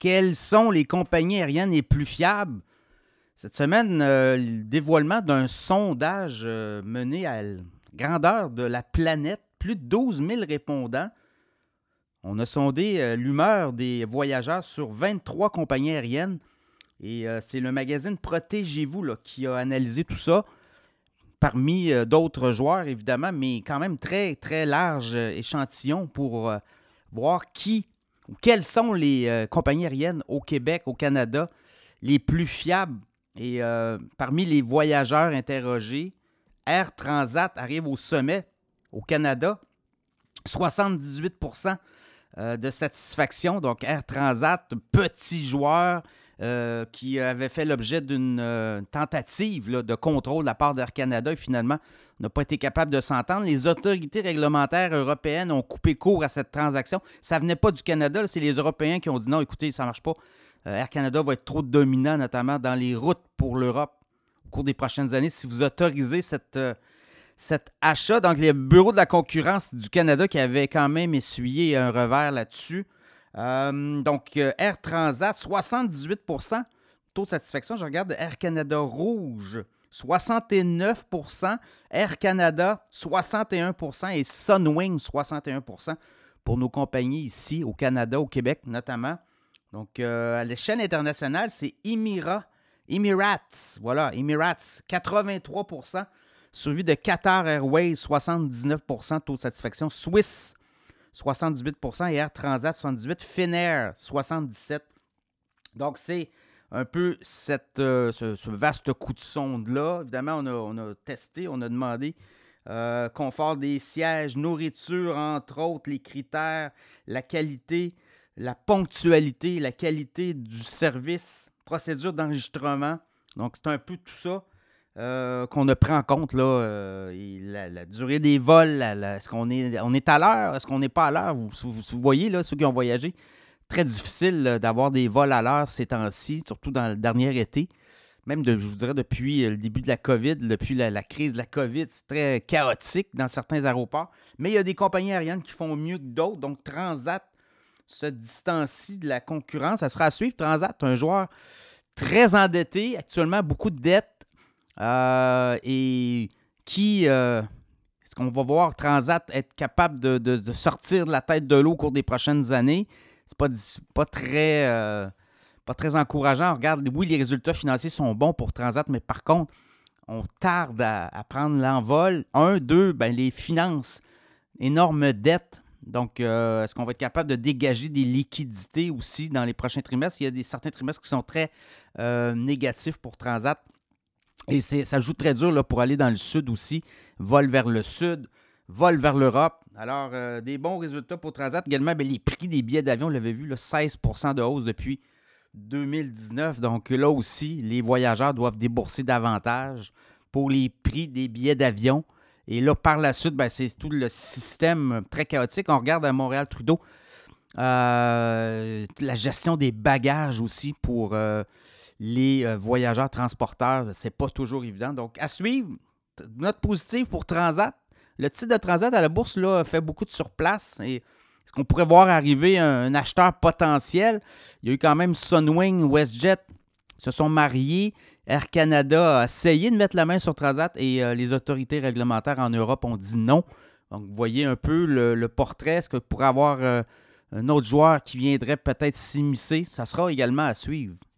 Quelles sont les compagnies aériennes les plus fiables? Cette semaine, le dévoilement d'un sondage mené à la grandeur de la planète, plus de 12 000 répondants. On a sondé l'humeur des voyageurs sur 23 compagnies aériennes et c'est le magazine Protégez-vous là, qui a analysé tout ça parmi d'autres joueurs, évidemment, mais quand même très, très large échantillon pour voir qui ou quelles sont les compagnies aériennes au Québec, au Canada, les plus fiables. Et parmi les voyageurs interrogés, Air Transat arrive au sommet au Canada. 78 de satisfaction. Donc, Air Transat, petit joueur qui avait fait l'objet d'une tentative là, de contrôle de la part d'Air Canada et finalement n'a pas été capable de s'entendre. Les autorités réglementaires européennes ont coupé court à cette transaction. Ça ne venait pas du Canada, là, c'est les Européens qui ont dit non, écoutez, ça ne marche pas. Air Canada va être trop dominant, notamment dans les routes pour l'Europe au cours des prochaines années. Si vous autorisez cet achat, donc les bureaux de la concurrence du Canada qui avaient quand même essuyé un revers là-dessus. Air Transat, 78 taux de satisfaction. Je regarde Air Canada rouge, 69 Air Canada, 61 et Sunwing, 61 pour nos compagnies ici au Canada, au Québec notamment. Donc, à l'échelle internationale, c'est Emirates. Voilà, Emirates, 83 suivi de Qatar Airways, 79 taux de satisfaction. Swiss, 78 et Air Transat, 78 Finnair, 77 Donc, c'est un peu ce vaste coup de sonde-là. Évidemment, on a testé, on a demandé confort des sièges, nourriture, entre autres, les critères, la qualité, la ponctualité, la qualité du service, procédure d'enregistrement. Donc, c'est un peu tout ça qu'on a pris en compte. Là, la durée des vols, est-ce qu'on est à l'heure? Est-ce qu'on n'est pas à l'heure? Vous voyez, là, ceux qui ont voyagé, très difficile d'avoir des vols à l'heure ces temps-ci, surtout dans le dernier été. Même, je vous dirais, depuis le début de la COVID, depuis la crise de la COVID, c'est très chaotique dans certains aéroports. Mais il y a des compagnies aériennes qui font mieux que d'autres. Donc, Transat se distancie de la concurrence. Ça sera à suivre. Transat, un joueur très endetté, actuellement beaucoup de dettes. Et qui, est-ce qu'on va voir Transat être capable de sortir de la tête de l'eau au cours des prochaines années? C'est pas très encourageant. Regarde, oui, les résultats financiers sont bons pour Transat, mais par contre, on tarde à prendre l'envol. Deux, les finances, énorme dette. Donc, est-ce qu'on va être capable de dégager des liquidités aussi dans les prochains trimestres? Il y a certains trimestres qui sont très négatifs pour Transat. Et ça joue très dur là, pour aller dans le sud aussi. Vol vers le sud, vol vers l'Europe. Alors, des bons résultats pour Transat. Également, les prix des billets d'avion, on l'avait vu, là, 16 de hausse depuis 2019. Donc là aussi, les voyageurs doivent débourser davantage pour les prix des billets d'avion. Et là, par la suite, c'est tout le système très chaotique. On regarde à Montréal-Trudeau la gestion des bagages aussi pour les voyageurs transporteurs. C'est pas toujours évident. Donc, à suivre, note positive pour Transat. Le titre de Transat à la bourse là, fait beaucoup de surplace. Et est-ce qu'on pourrait voir arriver un acheteur potentiel? Il y a eu quand même Sunwing, WestJet se sont mariés. Air Canada a essayé de mettre la main sur Transat et les autorités réglementaires en Europe ont dit non. Donc, vous voyez un peu le portrait. Est-ce qu'il pourrait y avoir un autre joueur qui viendrait peut-être s'immiscer? Ça sera également à suivre.